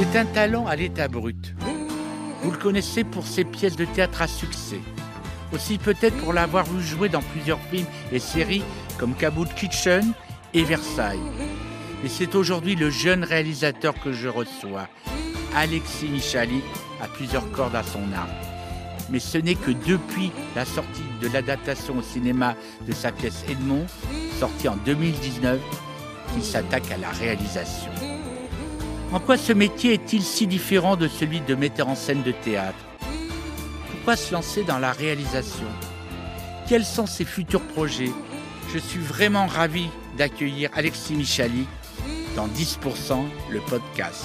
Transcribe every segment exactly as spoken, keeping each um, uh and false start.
C'est un talent à l'état brut. Vous le connaissez pour ses pièces de théâtre à succès. Aussi peut-être pour l'avoir vu jouer dans plusieurs films et séries comme Kaboul Kitchen et Versailles. Mais c'est aujourd'hui le jeune réalisateur que je reçois, Alexis Michalik, a plusieurs cordes à son arc. Mais ce n'est que depuis la sortie de l'adaptation au cinéma de sa pièce Edmond, sortie en deux mille dix-neuf, qu'il s'attaque à la réalisation. En quoi ce métier est-il si différent de celui de metteur en scène de théâtre ? Pourquoi se lancer dans la réalisation ? Quels sont ses futurs projets ? Je suis vraiment ravi d'accueillir Alexis Michalik dans dix pour cent, le podcast.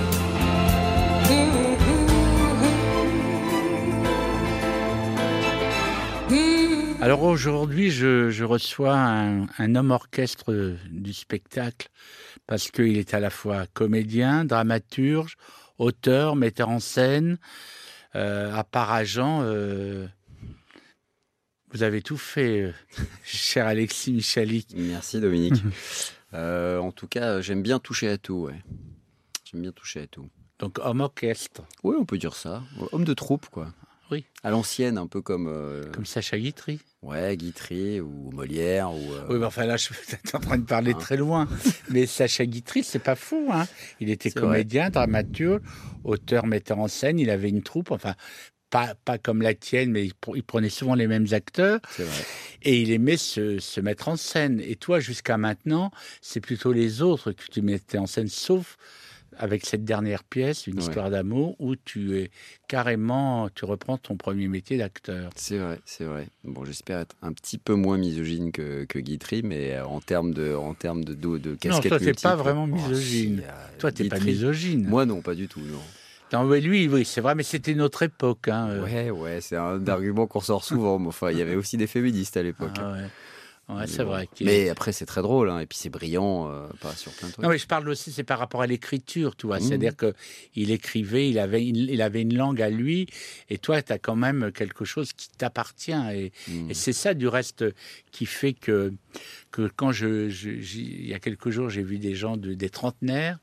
Alors aujourd'hui, je, je reçois un, un homme orchestre du spectacle parce qu'il est à la fois comédien, dramaturge, auteur, metteur en scène. Euh, à part agent, euh, vous avez tout fait, euh, cher Alexis Michalik. Merci Dominique. euh, en tout cas, j'aime bien toucher à tout. Ouais. J'aime bien toucher à tout. Donc homme orchestre. Oui, on peut dire ça. Homme de troupe, quoi. Oui. À l'ancienne, un peu comme... Euh... Comme Sacha Guitry. Ouais, Guitry ou Molière. Ou, euh... Oui, mais enfin là, je suis peut-être en train de parler hein. très loin. Mais Sacha Guitry, c'est pas fou. Hein. Il était c'est comédien, vrai. dramaturge, auteur, metteur en scène. Il avait une troupe, enfin, pas, pas comme la tienne, mais il, il prenait souvent les mêmes acteurs. C'est vrai. Et il aimait se, se mettre en scène. Et toi, jusqu'à maintenant, c'est plutôt les autres que tu mettais en scène, sauf... avec cette dernière pièce, Une ouais. histoire d'amour, où tu es carrément, tu reprends ton premier métier d'acteur. C'est vrai, c'est vrai. Bon, j'espère être un petit peu moins misogyne que, que Guitry, mais en termes de, en termes de, de, de casquette. Non, toi, t'es pas vraiment misogyne. Oh, si, euh, toi, t'es Guitry, pas misogyne. Moi, non, pas du tout, non. Non, mais lui, oui, c'est vrai, mais c'était notre époque. Hein. Ouais, ouais, c'est un argument qu'on sort souvent. Mais enfin, il y avait aussi des féministes à l'époque. Ah, ouais. Ouais, c'est bon. vrai. Mais après, c'est très drôle, hein, et puis c'est brillant, euh, pas sur plein de trucs. Non, mais je parle aussi, c'est par rapport à l'écriture, tu vois. Mmh. C'est-à-dire qu'il écrivait, il avait, une, il avait une langue à lui, et toi, tu as quand même quelque chose qui t'appartient. Et, mmh. et c'est ça, du reste, qui fait que, que quand je, je, il y a quelques jours, j'ai vu des gens, de, des trentenaires,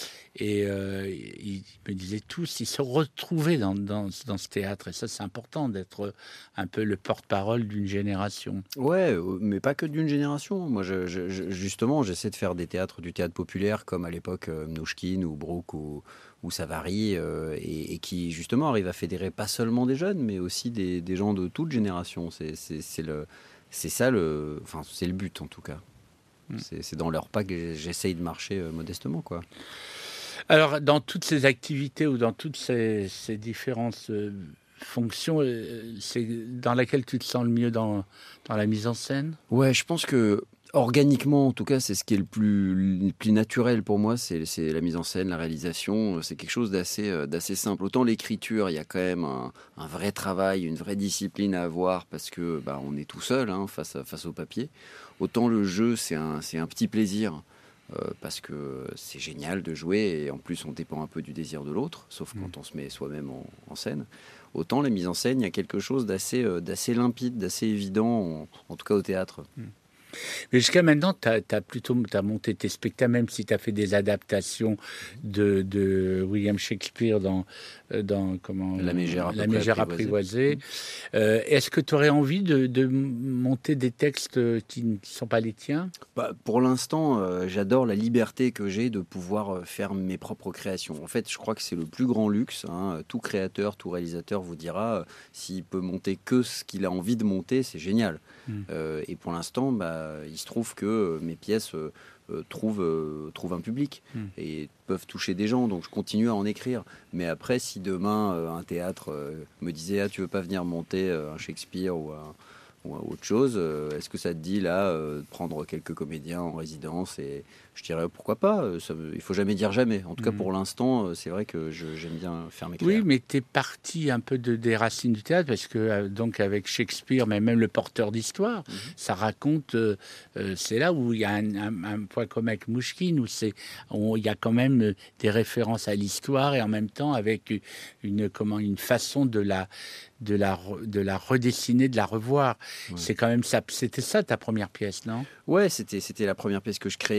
et euh, ils me disaient tous, ils se retrouvaient dans, dans, dans ce théâtre. Et ça, c'est important d'être un peu le porte-parole d'une génération. Ouais, mais pas que d'une génération. Moi, je, je, justement, j'essaie de faire des théâtres, du théâtre populaire, comme à l'époque euh, Mnouchkine ou Brooke ou, ou Savary, euh, et, et qui, justement, arrivent à fédérer pas seulement des jeunes, mais aussi des, des gens de toute génération. C'est, c'est, c'est, le, c'est ça, le, enfin, c'est le but, en tout cas. Mm. C'est, c'est dans leur pas que j'essaye de marcher euh, modestement, quoi. Alors, dans toutes ces activités ou dans toutes ces, ces différentes euh, fonctions, euh, c'est dans laquelle tu te sens le mieux dans, dans la mise en scène ? Ouais, je pense que organiquement, en tout cas, c'est ce qui est le plus, le plus naturel pour moi, c'est, c'est la mise en scène, la réalisation. C'est quelque chose d'assez, d'assez simple. Autant l'écriture, il y a quand même un, un vrai travail, une vraie discipline à avoir parce que bah, on est tout seul hein, face, à, face au papier. Autant le jeu, c'est un, c'est un petit plaisir. Euh, parce que c'est génial de jouer et en plus on dépend un peu du désir de l'autre, sauf mmh. quand on se met soi-même en, en scène. Autant la mise en scène, il y a quelque chose d'assez, euh, d'assez limpide, d'assez évident, en, en tout cas au théâtre. Mmh. Mais jusqu'à maintenant, tu as plutôt t'as monté tes spectacles, même si tu as fait des adaptations de, de William Shakespeare dans, dans comment, La Mégère, La Mégère apprivoisée. apprivoisée. Euh, est-ce que tu aurais envie de, de monter des textes qui ne sont pas les tiens ? Bah, pour l'instant, euh, j'adore la liberté que j'ai de pouvoir faire mes propres créations. En fait, je crois que c'est le plus grand luxe. Hein. Tout créateur, tout réalisateur vous dira euh, s'il peut monter que ce qu'il a envie de monter, c'est génial. Mmh. Euh, et pour l'instant, bah, il se trouve que mes pièces euh, trouvent, euh, trouvent un public mmh. et peuvent toucher des gens, donc je continue à en écrire. Mais après, si demain euh, un théâtre euh, me disait ah, tu veux pas venir monter euh, un Shakespeare ou un, ou un autre chose, euh, est-ce que ça te dit là euh, de prendre quelques comédiens en résidence? Et je dirais pourquoi pas, ça, il faut jamais dire jamais. En tout mmh. cas pour l'instant, c'est vrai que je, j'aime bien faire mes clairs. Oui, mais tu es parti un peu de, des racines du théâtre, parce que euh, donc avec Shakespeare, mais même le porteur d'histoire, mmh. ça raconte, euh, euh, c'est là où il y a un, un, un point commun avec Mnouchkine, où c'est, où il y a quand même des références à l'histoire, et en même temps avec une, comment, une façon de la... De la, de la redessiner, de la revoir. Ouais. C'est quand même ça. C'était ça ta première pièce, non ? Ouais, c'était, c'était la première pièce que je créais. Ouais. Et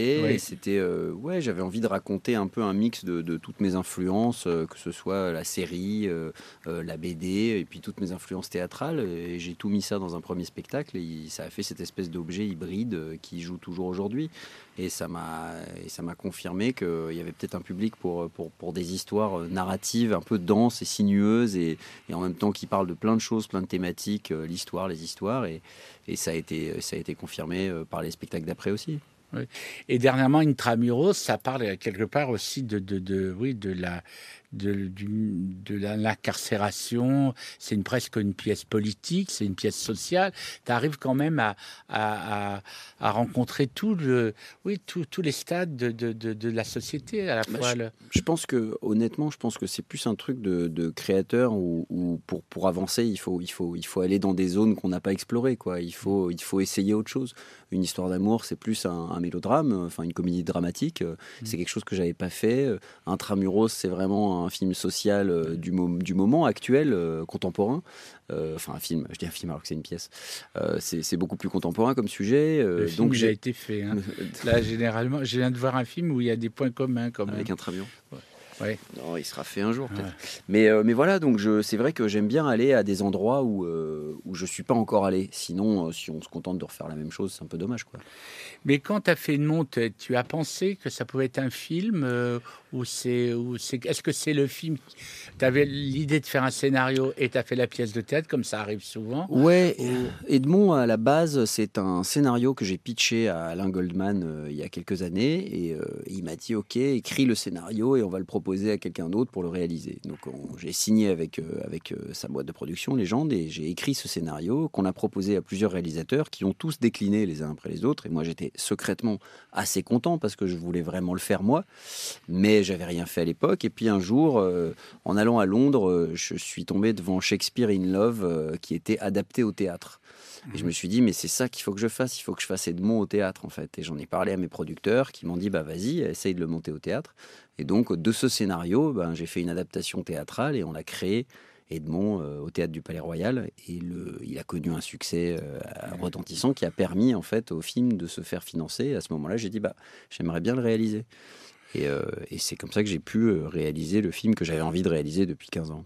c'était, euh, ouais, j'avais envie de raconter un peu un mix de, de toutes mes influences, euh, que ce soit la série, euh, euh, la B D, et puis toutes mes influences théâtrales. Et j'ai tout mis ça dans un premier spectacle, et il- ça a fait cette espèce d'objet hybride euh, qui joue toujours aujourd'hui. Et ça m'a, et ça m'a confirmé qu'il y avait peut-être un public pour, pour, pour des histoires euh, narratives un peu denses et sinueuses, et, et en même temps qui parlent de plein de choses, plein de thématiques, euh, l'histoire, les histoires. Et, et ça a été, ça a été confirmé euh, par les spectacles d'après aussi. Oui. Et dernièrement, Intramuros, ça parle quelque part aussi de, de, de, oui, de la, de, du, de la- l'incarcération. C'est une, presque une pièce politique, c'est une pièce sociale. Tu arrives quand même à, à, à, à rencontrer tout le, oui, tout- tous les stades de, de, de, de la société à la Bah, fois. je, Le... je pense que, honnêtement, je pense que c'est plus un truc de, de créateur où, où pour, pour avancer, il faut, il, faut, il faut aller dans des zones qu'on n'a pas explorées, quoi. Il faut, il faut essayer autre chose. Une histoire d'amour, c'est plus un, un mélodrame, enfin une comédie dramatique. Euh, C'est quelque chose que j'avais pas fait. Euh, Intramuros, c'est vraiment un film social euh, du, mo- du moment actuel, euh, contemporain. Euh, Enfin, un film, je dis un film alors que c'est une pièce. Euh, c'est c'est beaucoup plus contemporain comme sujet. Le Euh, film, donc il a j'ai été fait. Hein. Là, généralement, je viens de voir un film où il y a des points communs quand même. avec Intramuros. Ouais. Non, il sera fait un jour peut-être. Ouais. Mais, euh, mais voilà, donc je, c'est vrai que j'aime bien aller à des endroits où, euh, où je suis pas encore allé. Sinon, euh, si on se contente de refaire la même chose, c'est un peu dommage, quoi. Mais quand tu as fait une monte, tu as pensé que ça pouvait être un film euh, ou c'est, ou c'est, est-ce que c'est le film? Tu avais l'idée de faire un scénario et tu as fait la pièce de théâtre, comme ça arrive souvent. Ouais, Ou... Edmond, à la base, c'est un scénario que j'ai pitché à Alain Goldman euh, il y a quelques années. Et euh, il m'a dit, OK, écris le scénario et on va le proposer à quelqu'un d'autre pour le réaliser. Donc on- j'ai signé avec, euh, avec euh, sa boîte de production, Légende, et j'ai écrit ce scénario qu'on a proposé à plusieurs réalisateurs qui ont tous décliné les uns après les autres. Et moi, j'étais secrètement assez content parce que je voulais vraiment le faire moi. Mais j'avais rien fait à l'époque. Et puis un jour, euh, en allant à Londres, euh, je suis tombé devant Shakespeare in Love, euh, qui était adapté au théâtre. Et je me suis dit, mais c'est ça qu'il faut que je fasse. Il faut que je fasse Edmond au théâtre, en fait. Et j'en ai parlé à mes producteurs qui m'ont dit, bah vas-y, essaye de le monter au théâtre. Et donc, de ce scénario, ben, j'ai fait une adaptation théâtrale et on l'a créé, Edmond, euh, au théâtre du Palais Royal. Et le, il a connu un succès euh, retentissant qui a permis, en fait, au film de se faire financer. Et à ce moment-là, j'ai dit, bah, j'aimerais bien le réaliser. Et, euh, et c'est comme ça que j'ai pu euh, réaliser le film que j'avais envie de réaliser depuis quinze ans.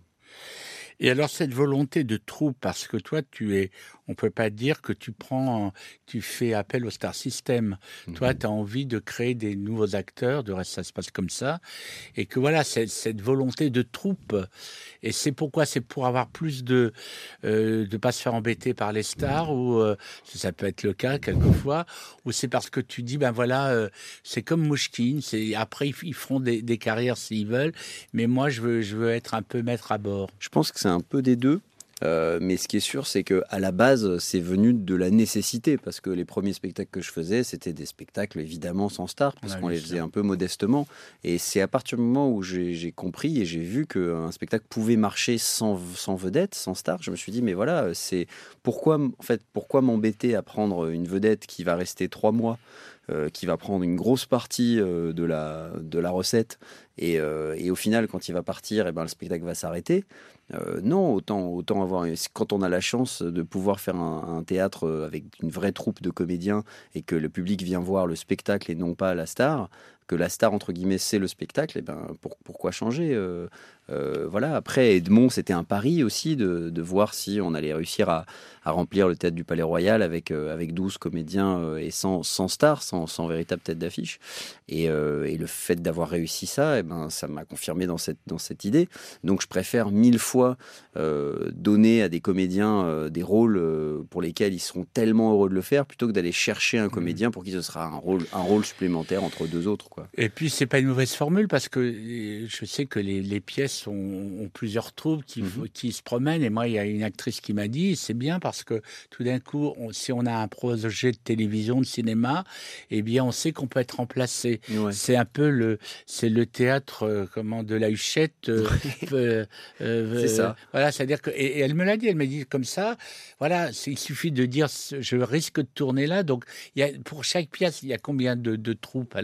Et alors cette volonté de troupe, parce que toi tu es, on peut pas dire que tu prends, tu fais appel au Star System. Mmh. Toi tu as envie de créer des nouveaux acteurs, de reste ça se passe comme ça, et que voilà cette, cette volonté de troupe. Et c'est pourquoi c'est pour avoir plus de, euh, de pas se faire embêter par les stars, ou euh, ça peut être le cas quelquefois, ou c'est parce que tu dis ben voilà, euh, c'est comme Mouchkine, c'est après ils feront des, des carrières s'ils veulent, mais moi je veux, je veux être un peu maître à bord. Je pense que c'est un peu des deux. Euh, mais ce qui est sûr, c'est que à la base, c'est venu de la nécessité, parce que les premiers spectacles que je faisais, c'était des spectacles évidemment sans star, parce Ouais, qu'on les bien faisait sûr. un peu modestement. Et c'est à partir du moment où j'ai j'ai compris et j'ai vu qu'un spectacle pouvait marcher sans, sans vedette, sans star, je me suis dit, mais voilà, c'est pourquoi, en fait, pourquoi m'embêter à prendre une vedette qui va rester trois mois, euh, qui va prendre une grosse partie euh, de, la, de la recette, et, euh, et au final, quand il va partir, eh ben, le spectacle va s'arrêter. Euh, non, autant, autant avoir. Quand on a la chance de pouvoir faire un, un théâtre avec une vraie troupe de comédiens et que le public vient voir le spectacle et non pas la star, que la star entre guillemets c'est le spectacle, et ben pour, pourquoi changer euh, euh, Voilà. Après Edmond, c'était un pari aussi de, de voir si on allait réussir à, à remplir le théâtre du Palais Royal avec euh, avec douze comédiens euh, et sans, sans star, sans, sans véritable tête d'affiche. Et, euh, et le fait d'avoir réussi ça, et ben ça m'a confirmé dans cette dans cette idée. Donc je préfère mille fois euh, donner à des comédiens euh, des rôles euh, pour lesquels ils seront tellement heureux de le faire, plutôt que d'aller chercher un comédien pour qui ce sera un rôle un rôle supplémentaire entre deux autres, quoi. Et puis c'est pas une mauvaise formule, parce que euh, je sais que les, les pièces ont, ont plusieurs troupes qui, Mhm. qui se promènent. Et moi, il y a une actrice qui m'a dit, c'est bien parce que tout d'un coup, on- si on a un projet de télévision, de cinéma, eh bien, on sait qu'on peut être remplacé. Ouais. C'est un peu le, c'est le théâtre, euh, comment, de la Huchette. euh, euh, euh, C'est ça. Voilà, c'est-à-dire que, et, et elle me l'a dit, elle m'a dit comme ça. Voilà, c'est- il suffit de dire, je risque de tourner là. Donc, il y a, pour chaque pièce, il y a combien de, de troupes alors?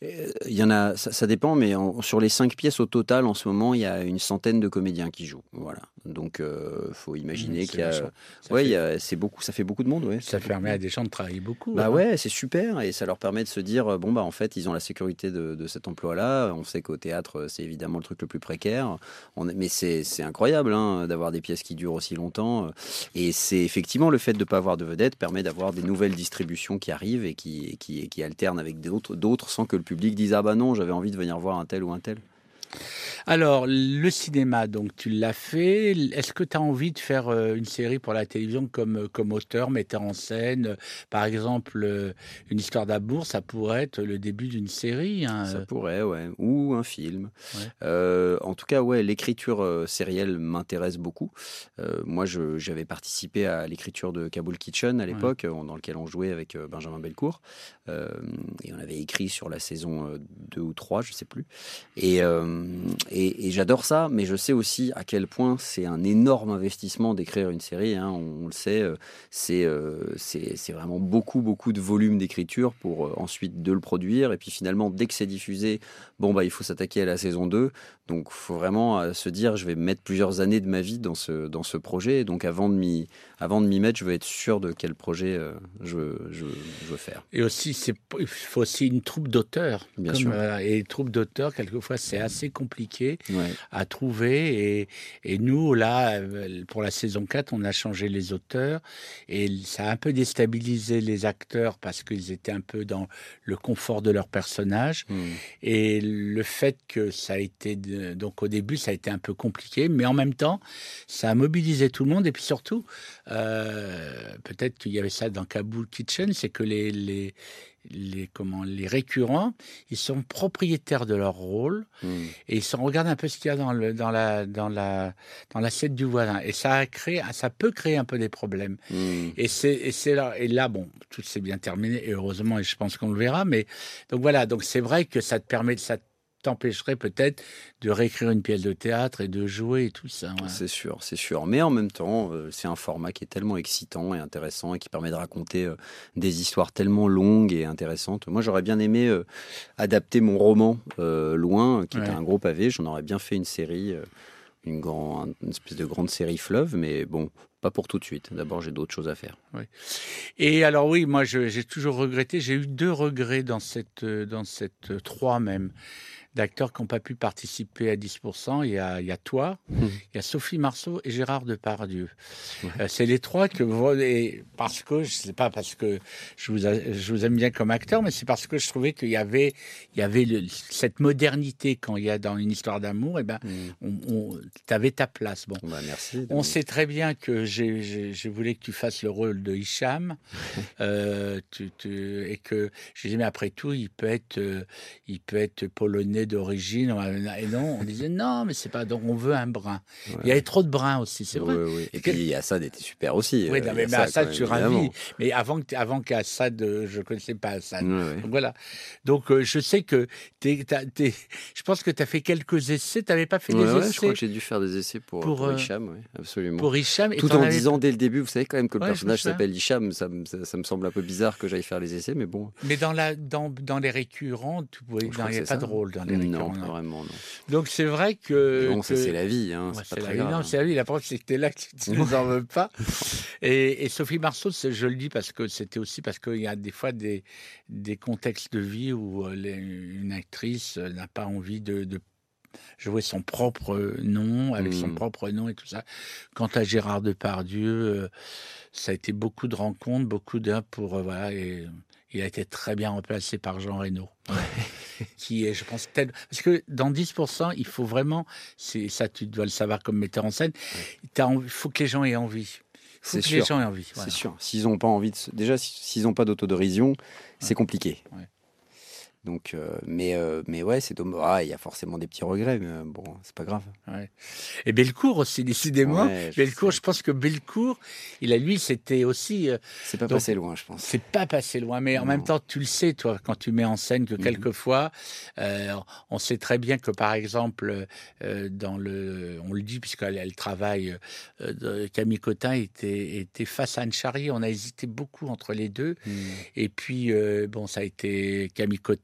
Il y en a, ça, ça dépend, mais en, sur les cinq pièces au total, en ce moment, il y a une centaine de comédiens qui jouent. Voilà. Donc, il euh, faut imaginer mmh, qu'il y a, ouais, fait... il y a, c'est beaucoup, ça fait beaucoup de monde, ouais. Ça permet à des gens de travailler beaucoup. Bah hein. ouais, c'est super, et ça leur permet de se dire, bon bah en fait, ils ont la sécurité de, de cet emploi-là. On sait qu'au théâtre, c'est évidemment le truc le plus précaire. On est, mais c'est, c'est incroyable hein, d'avoir des pièces qui durent aussi longtemps. Et c'est effectivement le fait de ne pas avoir de vedettes permet d'avoir des nouvelles distributions qui arrivent et qui, et qui, et qui alternent avec d'autres, d'autres sans que le public dise ah bah non, j'avais envie de venir voir un tel ou un tel. Alors, le cinéma, donc tu l'as fait. Est-ce que tu as envie de faire une série pour la télévision comme, comme auteur, metteur en scène? Par exemple, Une histoire d'amour, ça pourrait être le début d'une série. Hein. Ça pourrait, ouais. Ou un film. Ouais. Euh, en tout cas, ouais, l'écriture euh, sérielle m'intéresse beaucoup. Euh, moi, je, j'avais participé à l'écriture de Kaboul Kitchen à l'époque, ouais. dans lequel on jouait avec euh, Benjamin Bellecourt. Euh, et on avait écrit sur la saison deux ou trois, je sais plus. Et... Euh, Et, et j'adore ça, mais je sais aussi à quel point c'est un énorme investissement d'écrire une série. Hein, on, on le sait, c'est, euh, c'est, c'est vraiment beaucoup, beaucoup de volume d'écriture pour euh, ensuite de le produire. Et puis finalement, dès que c'est diffusé, bon, bah, il faut s'attaquer à la saison deux. Donc il faut vraiment euh, se dire, je vais mettre plusieurs années de ma vie dans ce, dans ce projet. Donc avant de, m'y, avant de m'y mettre, je veux être sûr de quel projet euh, je, je, je veux faire. Et aussi, c'est, il faut aussi une troupe d'auteurs. Bien comme, sûr. Euh, et une troupe d'auteurs, quelquefois, c'est assez compliqué. Ouais. à trouver et, et nous là pour la saison quatre on a changé les auteurs et ça a un peu déstabilisé les acteurs parce qu'ils étaient un peu dans le confort de leur personnage mmh. et le fait que ça a été de, donc au début ça a été un peu compliqué mais en même temps ça a mobilisé tout le monde et puis surtout euh, peut-être qu'il y avait ça dans Kaboul Kitchen, c'est que les, les Les, comment, les récurrents, ils sont propriétaires de leur rôle mmh. et ils se regardent un peu ce qu'il y a dans, le, dans, la, dans, la, dans l'assiette du voisin. Et ça, a créé, ça peut créer un peu des problèmes. Mmh. Et, c'est, et, c'est là, et là, bon, tout s'est bien terminé, et heureusement, et je pense qu'on le verra. Mais donc voilà, donc c'est vrai que ça te permet de ça t'empêcherait peut-être de réécrire une pièce de théâtre et de jouer et tout ça. Ouais. C'est sûr, c'est sûr. Mais en même temps, euh, c'est un format qui est tellement excitant et intéressant et qui permet de raconter euh, des histoires tellement longues et intéressantes. Moi, j'aurais bien aimé euh, adapter mon roman euh, Loin, qui ouais. était un gros pavé. J'en aurais bien fait une série, euh, une, grand, une espèce de grande série fleuve, mais bon, pas pour tout de suite. D'abord, j'ai d'autres choses à faire. Oui. Et alors oui, moi, je, j'ai toujours regretté. J'ai eu deux regrets dans cette, dans cette trois même. D'acteurs qui n'ont pas pu participer à dix pour cent. Il y a, il y a toi, mmh. il y a Sophie Marceau et Gérard Depardieu. Ouais. Euh, c'est les trois que vous... Et parce que, je ne sais pas parce que je vous, a, je vous aime bien comme acteur, mais c'est parce que je trouvais qu'il y avait, il y avait le, cette modernité quand il y a dans Une histoire d'amour, et ben, mmh. tu avais ta place. Bon. Bah, merci. On sait très bien que j'ai, j'ai, je voulais que tu fasses le rôle de Hicham euh, tu, tu, et que je disais, mais après tout, il peut être, euh, il peut être polonais d'origine, et non, on disait non, mais c'est pas, donc on veut un brun. Ouais. Il y avait trop de bruns aussi, c'est vrai. Oui, oui. Et puis que... Assad était super aussi. Oui, non, mais, mais Assad, je suis ravi. Mais avant, avant qu'Assad, je ne connaissais pas Assad. Ouais, ouais. Donc voilà. Donc euh, je sais que t'es, t'as, t'es, je pense que tu as fait quelques essais, tu n'avais pas fait ouais, des ouais, essais. Je crois que j'ai dû faire des essais pour, pour, pour euh, Hicham, oui, absolument. Pour Hicham. Tout en disant dès le début, vous savez quand même que le ouais, personnage s'appelle Hicham, ça, ça, ça me semble un peu bizarre que j'aille faire les essais, mais bon. Mais dans, la, dans, dans les récurrents, tu pouvais, il n'y a pas de rôle dans les récurrents. Non, pas vraiment. Non. Donc c'est vrai que... Bon, que... ça c'est la vie, hein, ouais, c'est, c'est pas la très vie. grave. Non, hein. c'est la vie, la preuve c'est que t'es là, tu ne nous en veux pas. Et, et Sophie Marceau, je le dis parce que c'était aussi parce qu'il y a des fois des, des contextes de vie où les, une actrice n'a pas envie de, de jouer son propre nom, avec mmh. son propre nom et tout ça. Quant à Gérard Depardieu, euh, ça a été beaucoup de rencontres, beaucoup d'heures pour... Euh, voilà, et il a été très bien remplacé par Jean Reno. Qui est, je pense, tel... Parce que dans dix pour cent, il faut vraiment, c'est ça tu dois le savoir comme metteur en scène, il en... faut que les gens aient envie. Faut c'est que sûr. les gens aient envie. Voilà. C'est sûr. S'ils n'ont pas envie de... Déjà, s'ils n'ont pas d'autodérision, ouais. c'est compliqué. Ouais. Donc, euh, mais, euh, mais ouais, c'est dommage. Ah, il y a forcément des petits regrets, mais bon, c'est pas grave. Ouais. Et Bellecourt aussi, décidément. Ouais, je Bellecourt, sais. je pense que Bellecourt, il a lui, c'était aussi. Euh, c'est pas donc, passé loin, je pense. C'est pas passé loin, mais en non. même temps, tu le sais, toi, quand tu mets en scène que mm-hmm. quelquefois, euh, on sait très bien que, par exemple, euh, dans le, on le dit puisqu'elle elle travaille, euh, Camille Cotin était, était face à Anne Charrier. On a hésité beaucoup entre les deux, mm. et puis euh, bon, ça a été Camille Cotin.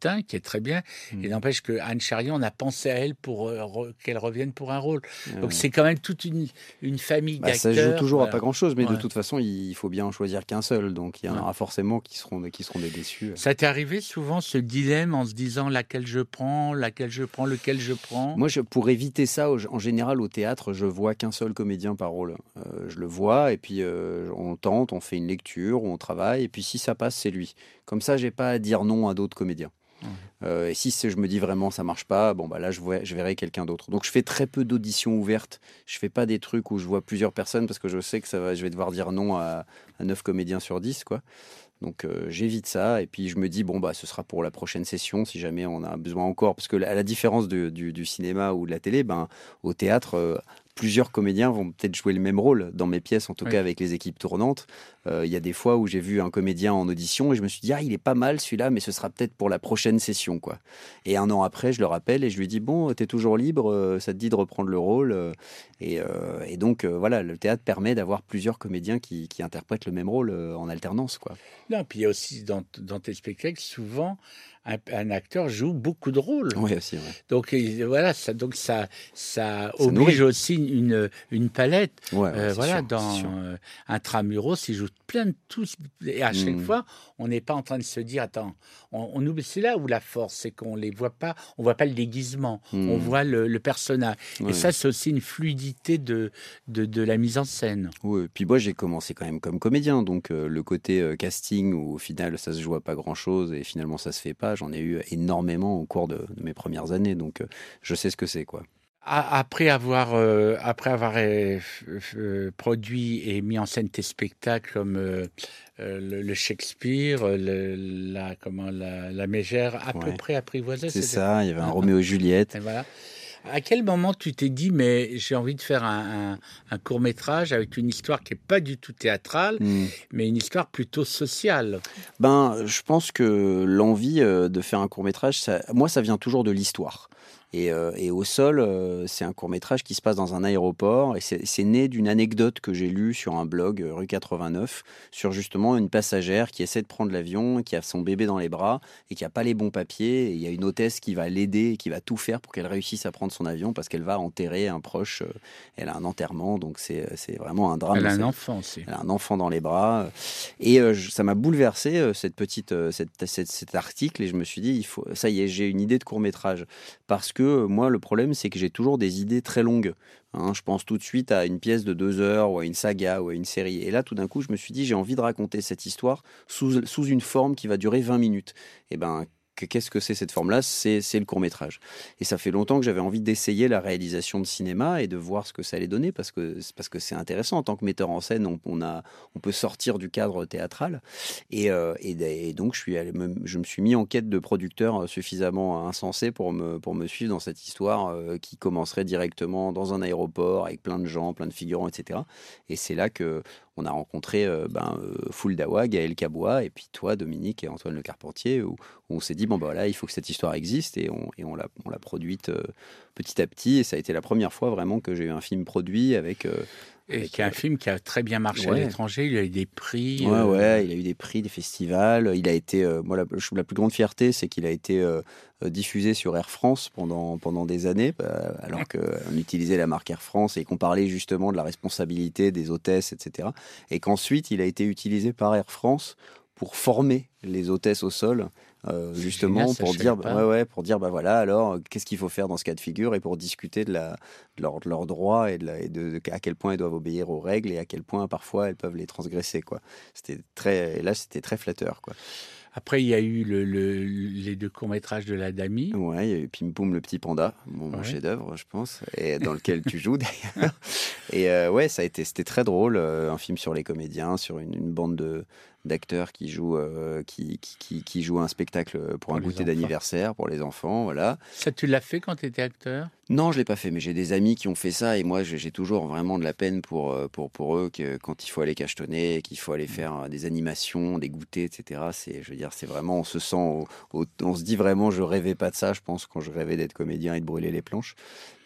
Destin, qui est très bien. Mmh. Et n'empêche que Anne Charrier, on a pensé à elle pour euh, re, qu'elle revienne pour un rôle. Euh... Donc c'est quand même toute une, une famille bah, d'acteurs. Ça joue toujours voilà. à pas grand-chose, mais ouais. de toute façon, il faut bien en choisir qu'un seul. Donc il y en aura ouais. forcément qui seront, qui seront des déçus. Ça t'est arrivé souvent ce dilemme en se disant laquelle je prends, laquelle je prends, lequel je prends? Moi, je, pour éviter ça, en général, au théâtre, je vois qu'un seul comédien par rôle. Euh, je le vois, et puis euh, on tente, on fait une lecture, on travaille, et puis si ça passe, c'est lui. Comme ça, j'ai pas à dire non à d'autres comédiens. Mmh. Euh, et si je me dis vraiment ça marche pas, bon bah là je, vois, je verrai quelqu'un d'autre. Donc je fais très peu d'auditions ouvertes. Je fais pas des trucs où je vois plusieurs personnes parce que je sais que ça va, je vais devoir dire non à, à neuf comédiens sur dix, quoi. Donc euh, j'évite ça et puis je me dis bon bah ce sera pour la prochaine session si jamais on a besoin encore, parce que à la différence de, du, du cinéma ou de la télé, ben au théâtre euh, plusieurs comédiens vont peut-être jouer le même rôle dans mes pièces, en tout oui. cas avec les équipes tournantes. Il euh, y a des fois où j'ai vu un comédien en audition et je me suis dit ah il est pas mal celui-là, mais ce sera peut-être pour la prochaine session, quoi. Et un an après je le rappelle et je lui dis bon t'es toujours libre, euh, ça te dit de reprendre le rôle, euh, et, euh, et donc euh, voilà, le théâtre permet d'avoir plusieurs comédiens qui, qui interprètent le même rôle euh, en alternance, quoi. Non, puis il y a aussi dans, dans tes spectacles souvent un, un acteur joue beaucoup de rôles. Oui, aussi. Ouais. Donc voilà, ça, donc ça, ça, ça oblige aussi une, une palette. Ouais, ouais, euh, voilà, sûr, dans euh, Intramuros, il joue plein de tous, et à chaque mmh. fois, on n'est pas en train de se dire attends, on, on oublie. C'est là où la force, c'est qu'on les voit pas, on voit pas le déguisement, mmh. on voit le, le personnage. Ouais. Et ça, c'est aussi une fluidité de, de, de la mise en scène. Oui, puis moi j'ai commencé quand même comme comédien, donc euh, le côté euh, casting où au final ça se joue à pas grand chose et finalement ça se fait pas, j'en ai eu énormément au cours de, de mes premières années, donc euh, je sais ce que c'est, quoi. Après avoir, euh, après avoir euh, euh, produit et mis en scène tes spectacles comme euh, euh, le, le Shakespeare, le, la, comment, la, la Mégère, à ouais. peu près apprivoisée. C'est ça, il y avait un Roméo et Juliette. Et voilà. À quel moment tu t'es dit mais j'ai envie de faire un, un, un court-métrage avec une histoire qui n'est pas du tout théâtrale, mmh. mais une histoire plutôt sociale? Ben, je pense que l'envie de faire un court-métrage, ça, moi, ça vient toujours de l'histoire. Et, euh, et Au sol, euh, c'est un court-métrage qui se passe dans un aéroport et c'est, c'est né d'une anecdote que j'ai lue sur un blog, rue quatre-vingt-neuf, sur justement une passagère qui essaie de prendre l'avion, qui a son bébé dans les bras et qui n'a pas les bons papiers. Et il y a une hôtesse qui va l'aider et qui va tout faire pour qu'elle réussisse à prendre son avion parce qu'elle va enterrer un proche. Euh, elle a un enterrement, donc c'est, c'est vraiment un drame. Elle a un enfant aussi. Elle a un enfant dans les bras. Et euh, ça m'a bouleversé, euh, cette petite, euh, cette, cette, cet article, et je me suis dit, il faut, ça y est, j'ai une idée de court-métrage. Parce que que moi, le problème, c'est que j'ai toujours des idées très longues. Hein, je pense tout de suite à une pièce de deux heures ou à une saga ou à une série. Et là, tout d'un coup, je me suis dit, j'ai envie de raconter cette histoire sous, sous une forme qui va durer vingt minutes. Et ben, qu'est-ce que c'est cette forme-là ? c'est, c'est le court-métrage. Et ça fait longtemps que j'avais envie d'essayer la réalisation de cinéma et de voir ce que ça allait donner, parce que, parce que c'est intéressant. En tant que metteur en scène, on, on, a, on peut sortir du cadre théâtral. Et, euh, et, et donc, je, suis allé me, je me suis mis en quête de producteurs suffisamment insensés pour me, pour me suivre dans cette histoire euh, qui commencerait directement dans un aéroport avec plein de gens, plein de figurants, et cetera. Et c'est là que on a rencontré euh, ben, euh, Fouldawa, Gaël Cabois, et puis toi, Dominique et Antoine Le Carpentier, où, où on s'est dit, bon, ben voilà, il faut que cette histoire existe, et on, et on, l'a, on l'a produite euh, petit à petit, et ça a été la première fois vraiment que j'ai eu un film produit avec... Euh, Et qui est un film qui a très bien marché ouais. à l'étranger, il a eu des prix. Ouais, euh... ouais, il a eu des prix, des festivals. Il a été, euh, moi, la, la plus grande fierté, c'est qu'il a été euh, diffusé sur Air France pendant, pendant des années, euh, alors qu'on utilisait la marque Air France et qu'on parlait justement de la responsabilité des hôtesses, et cetera. Et qu'ensuite, il a été utilisé par Air France pour former les hôtesses au sol. Euh, justement génial, pour dire ouais, ouais, pour dire bah voilà, alors qu'est-ce qu'il faut faire dans ce cas de figure, et pour discuter de, la, de, leur, de leurs droits et, de, la, et de, de à quel point elles doivent obéir aux règles et à quel point parfois elles peuvent les transgresser, quoi. C'était très, et là c'était très flatteur, quoi. Après, il y a eu le, le, les deux courts-métrages de la Dami. Ouais, il y a eu Pim Poum le petit panda, mon, ouais. mon chef-d'œuvre, je pense, et dans lequel tu joues d'ailleurs. Et euh, ouais, ça a été, c'était très drôle, euh, un film sur les comédiens, sur une, une bande de d'acteurs qui jouent, euh, qui, qui, qui jouent un spectacle pour, pour un goûter d'anniversaire pour les enfants, voilà. Ça, tu l'as fait quand tu étais acteur ? Non, je l'ai pas fait, mais j'ai des amis qui ont fait ça, et moi, j'ai toujours vraiment de la peine pour pour pour eux, que quand il faut aller cachetonner, qu'il faut aller faire des animations, des goûters, et cetera. C'est, je veux dire, c'est vraiment, on se sent, au, au, on se dit vraiment, je rêvais pas de ça. Je pense quand je rêvais d'être comédien et de brûler les planches.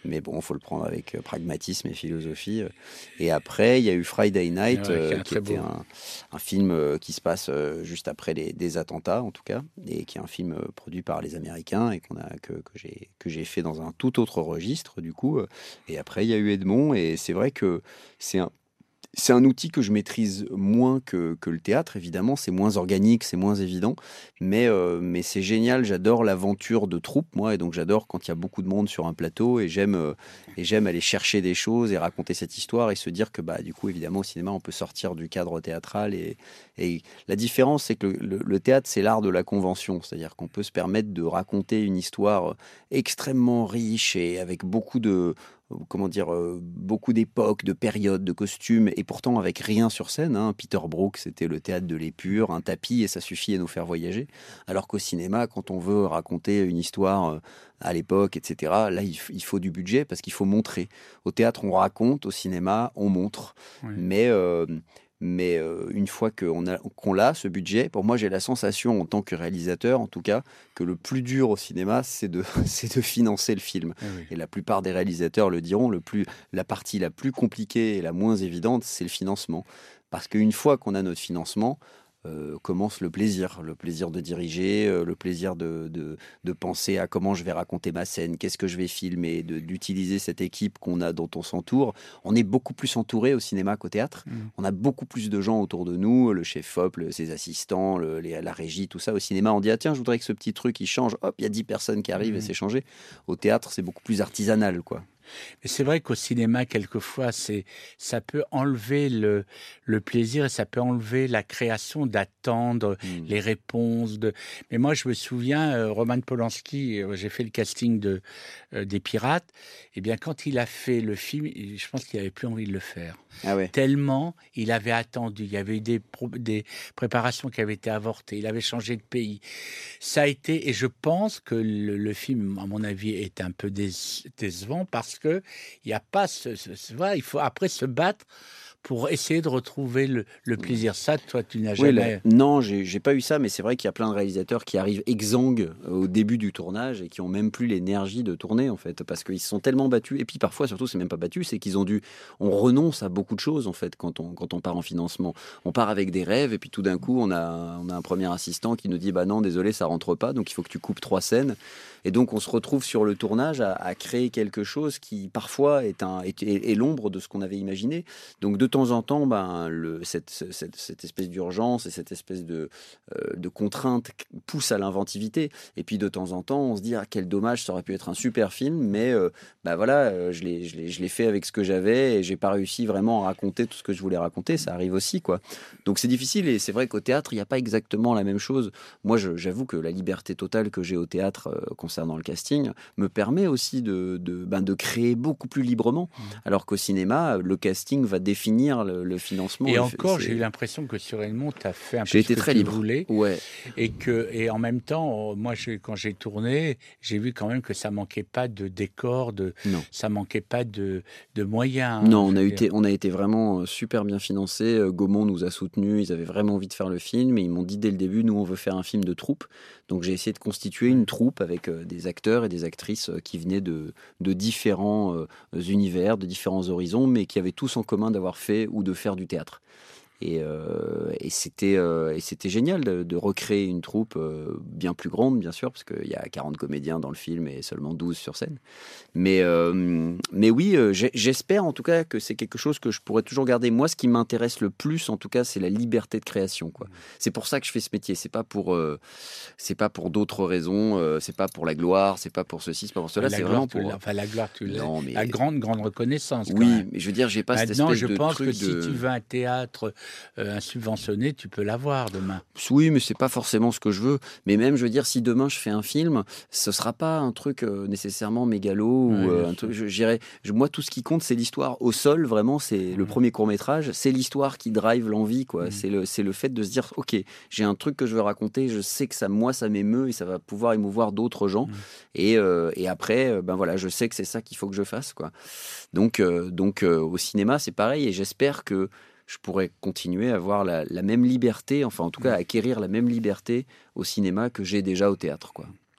Mais bon, il faut le prendre avec pragmatisme et philosophie. Et après, il y a eu Friday Night, ouais, euh, qui était un, un film qui se passe juste après les, des attentats, en tout cas, et qui est un film produit par les Américains et qu'on a, que, que, j'ai, que j'ai fait dans un tout autre registre, du coup. Et après, il y a eu Edmond, et c'est vrai que c'est un C'est un outil que je maîtrise moins que, que le théâtre, évidemment. C'est moins organique, c'est moins évident. Mais, euh, mais c'est génial. J'adore l'aventure de troupe, moi. Et donc, j'adore quand il y a beaucoup de monde sur un plateau. Et j'aime, euh, et j'aime aller chercher des choses et raconter cette histoire et se dire que, bah, du coup, évidemment, au cinéma, on peut sortir du cadre théâtral. Et, et la différence, c'est que le, le, le théâtre, c'est l'art de la convention. C'est-à-dire qu'on peut se permettre de raconter une histoire extrêmement riche et avec beaucoup de... comment dire, euh, beaucoup d'époques, de périodes, de costumes, et pourtant avec rien sur scène. Hein. Peter Brook, c'était le théâtre de l'épure, un tapis, et ça suffit à nous faire voyager. Alors qu'au cinéma, quand on veut raconter une histoire euh, à l'époque, et cetera, là, il, f- il faut du budget parce qu'il faut montrer. Au théâtre, on raconte, au cinéma, on montre. Oui. Mais... euh, mais euh, une fois qu'on a, qu'on l'a, ce budget, pour moi, j'ai la sensation, en tant que réalisateur, en tout cas, que le plus dur au cinéma, c'est de, c'est de financer le film. Oui, oui. Et la plupart des réalisateurs le diront, le plus, la partie la plus compliquée et la moins évidente, c'est le financement. Parce qu'une fois qu'on a notre financement, euh, commence le plaisir, le plaisir de diriger, euh, le plaisir de, de, de penser à comment je vais raconter ma scène, qu'est-ce que je vais filmer, de, d'utiliser cette équipe qu'on a, dont on s'entoure. On est beaucoup plus entouré au cinéma qu'au théâtre. Mm. On a beaucoup plus de gens autour de nous, le chef op, le- ses assistants, le- les- la régie, tout ça. Au cinéma, on dit, ah tiens, je voudrais que ce petit truc, il change. Hop, il y a dix personnes qui arrivent et Mm. c'est changé. Au théâtre, c'est beaucoup plus artisanal, quoi. Mais c'est vrai qu'au cinéma, quelquefois, c'est, ça peut enlever le, le plaisir et ça peut enlever la création d'attendre Mm. les réponses. De... Mais moi, je me souviens, euh, Roman Polanski, euh, j'ai fait le casting de, euh, des Pirates. Et bien, quand il a fait le film, il- je pense qu'il n'avait plus envie de le faire. Ah ouais. Tellement il avait attendu. Il y avait eu des, pro- des préparations qui avaient été avortées. Il avait changé de pays. Ça a été, et je pense que le, le film, à mon avis, est un peu dé- décevant parce que il n'y a pas ce, ce- ce- voilà, il faut après se battre pour essayer de retrouver le, le plaisir. Ça, toi, tu n'as Oui, jamais. là, non, j'ai j'ai pas eu ça, mais c'est vrai qu'il y a plein de réalisateurs qui arrivent exsangues euh, au début du tournage et qui ont même plus l'énergie de tourner en fait, parce qu'ils se sont tellement battus. Et puis parfois, surtout, c'est même pas battu, c'est qu'ils ont dû. On renonce à beaucoup de choses en fait quand on quand on part en financement. On part avec des rêves et puis tout d'un coup, on a on a un premier assistant qui nous dit bah non, désolé, ça rentre pas, donc il faut que tu coupes trois scènes. Et donc on se retrouve sur le tournage à, à créer quelque chose qui parfois est un est, est- est l'ombre de ce qu'on avait imaginé. Donc de temps en temps, ben, le, cette, cette, cette espèce d'urgence et cette espèce de, euh, de contrainte pousse à l'inventivité. Et puis de temps en temps, on se dit ah, quel dommage, ça aurait pu être un super film, mais euh, ben voilà, euh, je l'ai, je l'ai, je l'ai fait avec ce que j'avais et j'ai pas réussi vraiment à raconter tout ce que je voulais raconter. Ça arrive aussi, quoi. Donc c'est difficile et c'est vrai qu'au théâtre, il n'y a pas exactement la même chose. Moi, je, j'avoue que la liberté totale que j'ai au théâtre euh, concernant le casting me permet aussi de, de, ben, de créer beaucoup plus librement. Alors qu'au cinéma, le casting va définir le, le financement. Et Le- encore, c'est- j'ai eu l'impression que sur Edmond, tu as fait un peu J'ai ce été que très tu libre. voulais. Ouais. Et, que, et en même temps, moi, je, quand j'ai tourné, j'ai vu quand même que ça manquait pas de décor, de, Non. ça manquait pas de, de moyens. hein, Non, on je a, veux été, dire. on a été vraiment euh, super bien financés. Euh, Gaumont nous a soutenus. Ils avaient vraiment envie de faire le film. Et ils m'ont dit dès le début, nous, on veut faire un film de troupe. Donc j'ai essayé de constituer une troupe avec euh, des acteurs et des actrices euh, qui venaient de, de différents euh, univers, de différents horizons, mais qui avaient tous en commun d'avoir fait ou de faire du théâtre. Et, euh, et c'était euh, et c'était génial de, de recréer une troupe euh, bien plus grande, bien sûr, parce qu'il y a quarante comédiens dans le film et seulement douze sur scène. Mais, euh, mais oui, euh, j'ai- j'espère en tout cas que c'est quelque chose que je pourrais toujours garder. Moi, ce qui m'intéresse le plus, en tout cas, c'est la liberté de création, quoi. C'est pour ça que je fais ce métier. C'est pas pour, euh, c'est pas pour d'autres raisons. Euh, c'est pas pour la gloire. C'est pas pour ceci. C'est pas pour cela. la C'est gloire, vraiment tu pour. l'as- enfin, la gloire, tu l'as. Non, mais La grande, grande reconnaissance. quand oui, même. mais je veux dire, j'ai pas cette Maintenant, espèce je de pense truc que si de. tu veux un théâtre euh, un subventionné, tu peux l'avoir demain. Oui, mais c'est pas forcément ce que je veux. Mais même, je veux dire, si demain je fais un film, ce sera pas un truc euh, nécessairement mégalo Ouais, ou euh, bien un sûr. truc. Je, j'irais- je- moi, tout ce qui compte, c'est l'histoire. Au sol, vraiment, c'est le Ouais. premier court métrage. C'est l'histoire qui drive l'envie, quoi. Mhm. C'est le, c'est le fait de se dire, ok, j'ai un truc que je veux raconter. Je sais que ça, moi, ça m'émeut et ça va pouvoir émouvoir d'autres gens. Mhm. Et, euh, et après, euh, ben voilà, je sais que c'est ça qu'il faut que je fasse, quoi. Donc, euh, donc euh, au cinéma, c'est pareil. Et j'espère que je pourrais continuer à avoir la, la même liberté, enfin en tout cas acquérir la même liberté au cinéma que j'ai déjà au théâtre, quoi.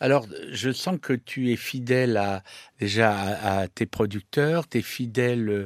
Alors, je sens que tu es fidèle à, déjà à, à tes producteurs, tu es fidèle euh,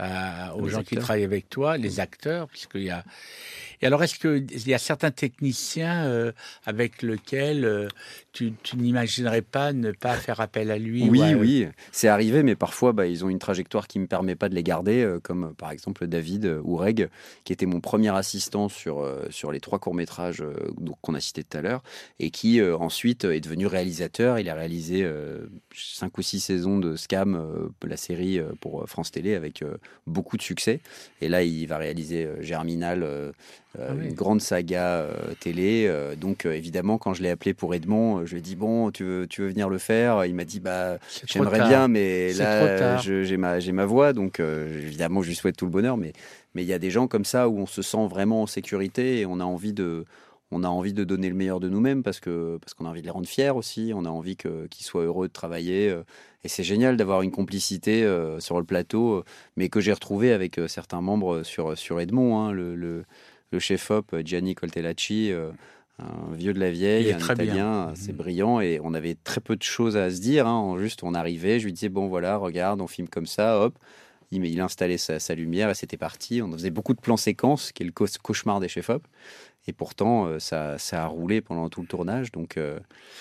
à- aux Les gens qui acteurs. travaillent avec toi, les acteurs, puisqu'il y a... Et alors, est-ce qu'il y a certains techniciens euh, avec lesquels euh, tu, tu n'imaginerais pas ne pas faire appel à lui ou Oui, à... oui, c'est arrivé, mais parfois, bah, ils ont une trajectoire qui ne me permet pas de les garder, euh, comme euh, par exemple David euh, ou Reg, qui était mon premier assistant sur, euh, sur les trois courts-métrages euh, donc, qu'on a cités tout à l'heure, et qui euh, ensuite euh, est devenu réalisateur. Il a réalisé euh, cinq ou six saisons de Scam, euh, la série euh, pour euh, France Télé, avec euh, beaucoup de succès. Et là, il va réaliser euh, Germinal, euh, Ah euh, oui. une grande saga euh, télé. Euh, donc, euh, évidemment, quand je l'ai appelé pour Edmond, euh, je lui ai dit, bon, tu veux, tu veux venir le faire? Il m'a dit, bah, C'est trop j'aimerais tard. bien, mais C'est trop là, tard. je- j'ai ma, j'ai ma voix, donc euh, évidemment, je lui souhaite tout le bonheur. Mais mais il y a des gens comme ça où on se sent vraiment en sécurité et on a envie de, on a envie de donner le meilleur de nous-mêmes parce que parce qu'on a envie de les rendre fiers aussi. On a envie que qu'ils soient heureux de travailler. euh, Et c'est génial d'avoir une complicité euh, sur le plateau, euh, mais que j'ai retrouvé avec euh, certains membres sur sur Edmond, hein, le, le le chef-op Gianni Coltellacci. euh, un vieux de la Il vieille, est un très bien. Italien, c'est Mhm. brillant et on avait très peu de choses à se dire. Hein. En juste, on arrivait, je lui disais bon voilà, regarde, on filme comme ça, hop. Il, il installait sa, sa lumière et c'était parti. On faisait beaucoup de plans séquences, qui est le cau- cauchemar des chefs-op. Et pourtant, euh, ça, ça a roulé pendant tout le tournage. Donc, euh,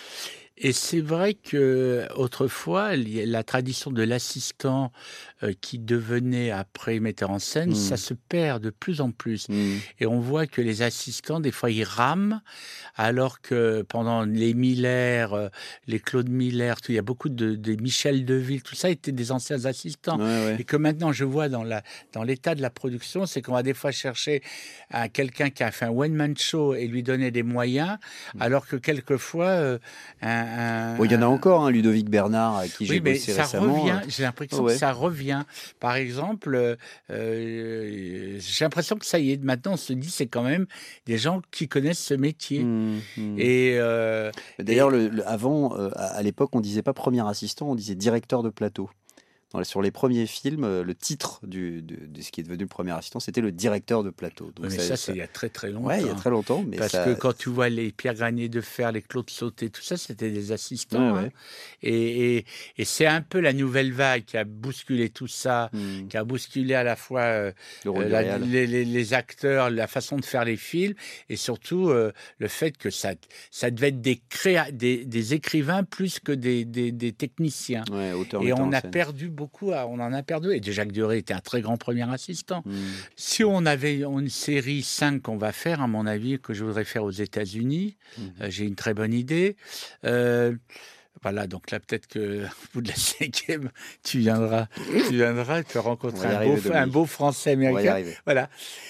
Et c'est vrai que autrefois, il y a la tradition de l'assistant euh, qui devenait après metteur en scène, ça hmm, se perd de plus en plus. hmm, Et on voit que les assistants, des fois, ils rament, alors que pendant les Miller, euh, les Claude Miller, tout, il y a beaucoup de, de Michel Deville, tout ça étaient des anciens assistants. ouais, ouais. Et que maintenant, je vois dans la, dans l'état de la production, c'est qu'on va des fois chercher à quelqu'un qui a fait un one-man show et lui donner des moyens, alors que quelquefois, euh, un, Bon, il y en a un- encore, hein, Ludovic Bernard, avec qui j'ai oui, mais bossé ça récemment. euh, revient. J'ai oh, l'impression que ouais. ça revient. Par exemple, euh, euh, j'ai l'impression que ça y est. Maintenant, on se dit c'est quand même des gens qui connaissent ce métier. Hmm, hmm. Et, euh, D'ailleurs, et le, le- avant, euh, à, à l'époque, on disait pas premier assistant, on disait directeur de plateau. Dans les- sur les premiers films, euh, le titre du, de, de ce qui est devenu le premier assistant, c'était le directeur de plateau. oui, Donc mais ça, ça, c'est ça- il y a très très ouais, il y a longtemps. très longtemps, mais Parce que ça, quand tu vois les Pierre Granier de Fer, les Claude Sauté, tout ça, c'était des ouais, assistants. Hein. ouais. Et, et, et c'est un peu la nouvelle vague qui a bousculé tout ça, Hmm. qui a bousculé à la fois euh, Le rôle euh, du la- réal. les, les- les acteurs, la façon de faire les films, et surtout euh, le fait que ça, ça devait être des, créa des, des écrivains plus que des, des, des techniciens. Ouais, auteur Et metteur on en a scène. perdu beaucoup, à- on en a perdu. Et Jacques Duré était un très grand premier assistant. Hmm. Si on avait une série cinq qu'on va faire, à mon avis, que je voudrais faire aux États-Unis, Mhm. euh, j'ai une très bonne idée. Euh, voilà, donc là, peut-être que au bout de la cinquième, tu viendras, tu viendras te On rencontrer va y un arriver, beau, un Dominique. beau Français On va y américain. arriver. Voilà.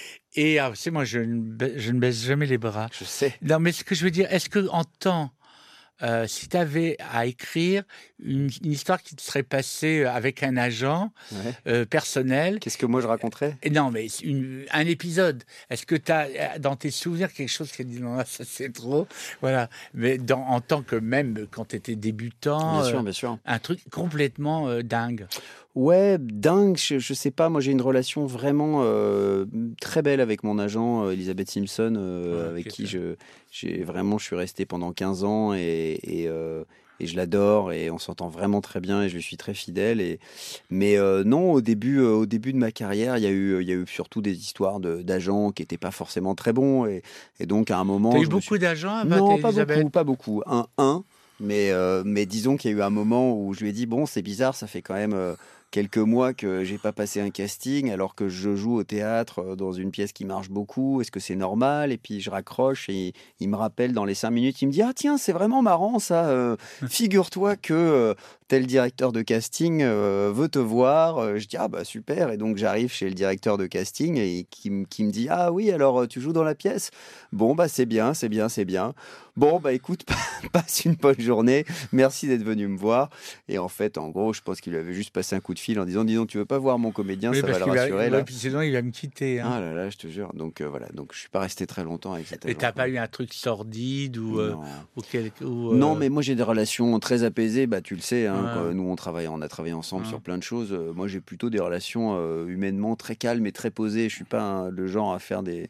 Et ah, c'est moi, je ne, ba- je ne baisse jamais les bras. Je sais. Non, mais ce que je veux dire, est-ce que en temps euh, si tu avais à écrire une, une histoire qui te serait passée avec un agent Ouais. euh, personnel, Qu'est-ce que moi je raconterais? et non, mais une- un épisode, est-ce que tu as dans tes souvenirs quelque chose qui a dit non, là, ça c'est trop, voilà, mais dans, en tant que même quand tu étais débutant, Bien euh, sûr, bien sûr. un truc complètement euh, dingue. Ouais, dingue, je, je sais pas, moi j'ai une relation vraiment euh, très belle avec mon agent euh, Elisabeth Simpson, euh, Ouais, avec qui qui était- je, j'ai vraiment, je suis resté pendant quinze ans et, et, euh, et je l'adore et on s'entend vraiment très bien et je lui suis très fidèle. Et, mais euh, non, au début, euh, au début de ma carrière, il y a eu, il y a eu surtout des histoires de, d'agents qui n'étaient pas forcément très bons et, et donc à un moment... T'as eu je me beaucoup suis... d'agents avant Non, pas Elisabeth? beaucoup, pas beaucoup, un, un. Mais, euh, mais disons qu'il y a eu un moment où je lui ai dit, bon, c'est bizarre, ça fait quand même... euh, quelques mois que j'ai pas passé un casting alors que je joue au théâtre euh, dans une pièce qui marche beaucoup. Est-ce que c'est normal? Et puis je raccroche et il, il me rappelle dans les cinq minutes, il me dit ah tiens c'est vraiment marrant ça. euh, figure-toi que euh, tel directeur de casting euh, veut te voir. Euh, Je dis ah bah super et donc j'arrive chez le directeur de casting et qui, m- qui me dit ah oui alors euh, tu joues dans la pièce. Bon bah c'est bien c'est bien c'est bien. Bon bah écoute passe une bonne journée. Merci d'être venu me voir. Et en fait, en gros, je pense qu'il lui avait juste passé un coup de fil en disant dis donc, tu veux pas voir mon comédien, Oui, ça parce va le qu'il va, rassurer ouais, là. puis sinon il va me quitter. Hein. Ah là là, je te jure. Donc euh, voilà, donc je suis pas resté très longtemps avec cet Et agent. t'as quoi. pas eu un truc sordide ou, euh, Non. ou quelque ou, Non, euh, mais moi j'ai des relations très apaisées, bah tu le sais, hein, Ouais. quand nous on travaille, on a travaillé ensemble Ouais. sur plein de choses. Euh, moi j'ai plutôt des relations euh, humainement très calmes et très posées. Je suis pas un- le genre à faire des,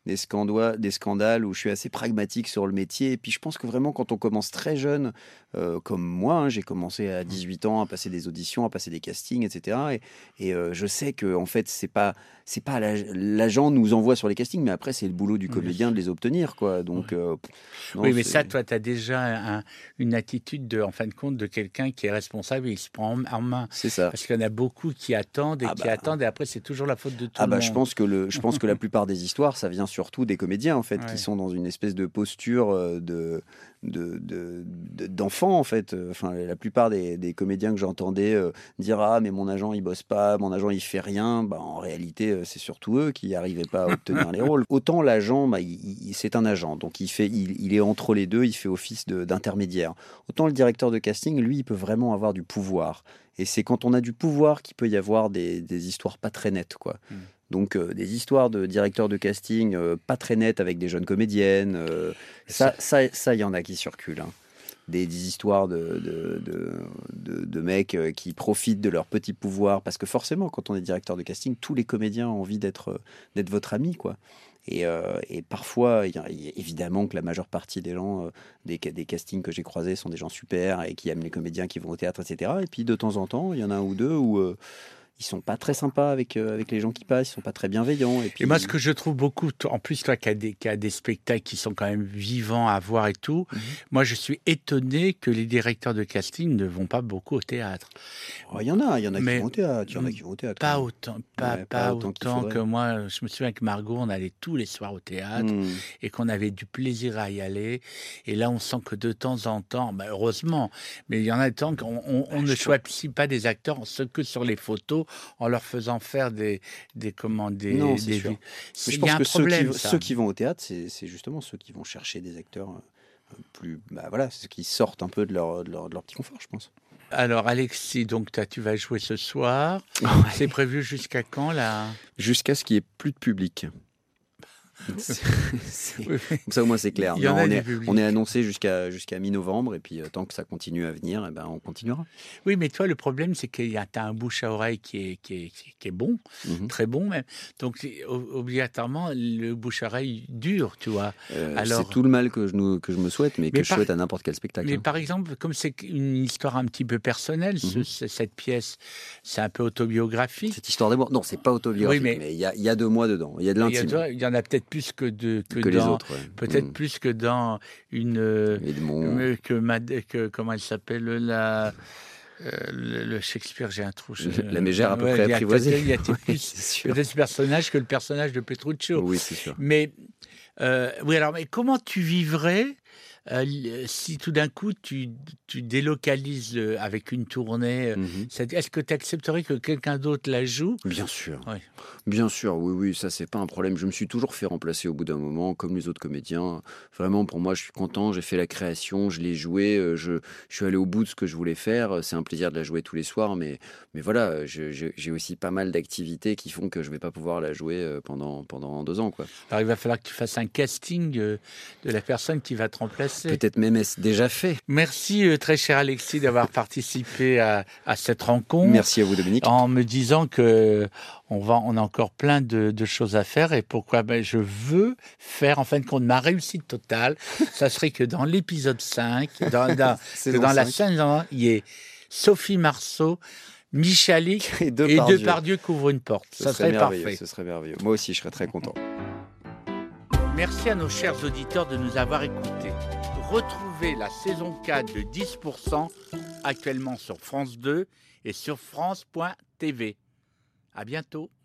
des, scandois, des scandales où je suis assez pragmatique sur le métier. Et puis je pense que vraiment, quand on commence très jeune, euh, comme moi, hein, j'ai commencé à dix-huit ans à passer des auditions, à passer des castings, et cetera. Et, et euh, je sais que en fait, c'est pas, c'est pas l'agent nous envoie sur les castings, mais après, c'est le boulot du comédien de les obtenir, quoi. Donc, euh, non, oui, mais ça, toi, tu as déjà un, une attitude, de, en fin de compte, de quelqu'un qui est responsable et il se prend en, en main. C'est ça. Parce qu'il y en a beaucoup qui attendent et ah qui bah. attendent, et après, c'est toujours la faute de tout ah le bah, monde. Je pense que, le, je pense que la plupart des histoires, ça vient surtout des comédiens, en fait, ouais. qui sont dans une espèce de posture de... De, de, de, d'enfants en fait. Enfin, la plupart des, des comédiens que j'entendais euh, dire ah mais mon agent il bosse pas, mon agent il fait rien, bah, en réalité euh, c'est surtout eux qui n'arrivaient pas à obtenir les rôles. Autant l'agent, bah, il, il, c'est un agent, donc il, fait, il, il est entre les deux, il fait office de, d'intermédiaire. Autant le directeur de casting, lui, il peut vraiment avoir du pouvoir. Et c'est quand on a du pouvoir qu'il peut y avoir des, des histoires pas très nettes, quoi. Mm. Donc euh, des histoires de directeurs de casting euh, pas très nettes avec des jeunes comédiennes, euh, ça, ça, ça, il y en a qui circulent. Hein. Des, des histoires de, de, de, de, de mecs euh, qui profitent de leur petit pouvoir, parce que forcément, quand on est directeur de casting, tous les comédiens ont envie d'être, d'être votre ami, quoi. Et, euh, et parfois, il y a, évidemment que la majeure partie des gens, euh, des, des castings que j'ai croisés sont des gens super et qui aiment les comédiens qui vont au théâtre, et cetera. Et puis de temps en temps, il y en a un ou deux où... Euh, ils sont pas très sympas avec, euh, avec les gens qui passent, ils sont pas très bienveillants. Et, puis... et moi, ce que je trouve beaucoup, en plus, toi qui as des, qui as des spectacles qui sont quand même vivants à voir et tout, mm-hmm. moi, je suis étonné que les directeurs de casting ne vont pas beaucoup au théâtre. Il oh, y en a, il y en a qui vont au théâtre. Il y en a qui vont au théâtre. Pas autant, pas, ouais, pas, pas autant, autant que moi. Je me souviens que Margot, on allait tous les soirs au théâtre mm. et qu'on avait du plaisir à y aller. Et là, on sent que de temps en temps, bah, heureusement, mais il y en a tant qu'on on, on bah, ne choisit pas des acteurs ce que sur les photos en leur faisant faire des, des commandes, des... Non, c'est des sûr. C'est, je pense y a que un problème, ceux, qui, ceux qui vont au théâtre, c'est, c'est justement ceux qui vont chercher des acteurs euh, plus... Bah voilà, c'est ceux qui sortent un peu de leur, de leur, de leur petit confort, je pense. Alors, Alexis, donc, tu vas jouer ce soir. Ouais. C'est prévu jusqu'à quand, là ? Jusqu'à ce qu'il n'y ait plus de public. C'est, c'est... Comme ça au moins c'est clair. Non, on, est, on est annoncé jusqu'à, jusqu'à mi-novembre et puis euh, tant que ça continue à venir, eh ben, on continuera. Oui, mais toi le problème c'est que tu as un bouche à oreille qui est, qui est, qui est bon, mm-hmm. très bon même. Donc obligatoirement le bouche à oreille dure, tu vois. Euh, Alors, c'est tout le mal que je, nous, que je me souhaite, mais, mais que par, je souhaite à n'importe quel spectacle. Mais hein. par exemple, comme c'est une histoire un petit peu personnelle, mm-hmm. ce, cette pièce, c'est un peu autobiographique. Cette histoire d'amour, non, c'est pas autobiographique, oui, mais il y, y a de moi dedans, il y a de l'intime. Il y, y en a peut-être plus que, de, que, que dans, les autres. Ouais. Peut-être mmh. plus que dans une... Euh, que, que, que, comment elle s'appelle la... Euh, le, le Shakespeare, j'ai un trou. Je, la mégère à peu ouais, près apprivoisée. Il y a plus de ce personnage que le personnage de Petruccio. Oui, c'est sûr. Mais, euh, oui, alors, mais comment tu vivrais euh, si tout d'un coup tu, tu délocalises euh, avec une tournée, mm-hmm. est-ce que tu accepterais que quelqu'un d'autre la joue ? Bien sûr. Oui. Bien sûr, oui, oui, ça c'est pas un problème. Je me suis toujours fait remplacer au bout d'un moment, comme les autres comédiens. Vraiment, pour moi, je suis content, j'ai fait la création, je l'ai joué, je, je suis allé au bout de ce que je voulais faire. C'est un plaisir de la jouer tous les soirs, mais, mais voilà, je, je, j'ai aussi pas mal d'activités qui font que je vais pas pouvoir la jouer pendant, pendant deux ans, quoi. Alors il va falloir que tu fasses un casting de la personne qui va te remplacer. Peut-être même est-ce déjà fait. Merci très cher Alexis d'avoir participé à, à cette rencontre. Merci à vous Dominique. En me disant que on, va, on a encore plein de, de choses à faire et pourquoi ben, je veux faire en fin de compte ma réussite totale. Ça serait que dans l'épisode cinq, dans, dans, que dans la scène, il y ait Sophie Marceau, Michalik et Depardieu, et Depardieu couvrent une porte. Ce ça serait, serait parfait. Ce serait merveilleux. Moi aussi, je serais très content. Merci à nos chers auditeurs de nous avoir écoutés. Retrouvez la saison quatre de dix pour cent actuellement sur France deux et sur France point T V. À bientôt.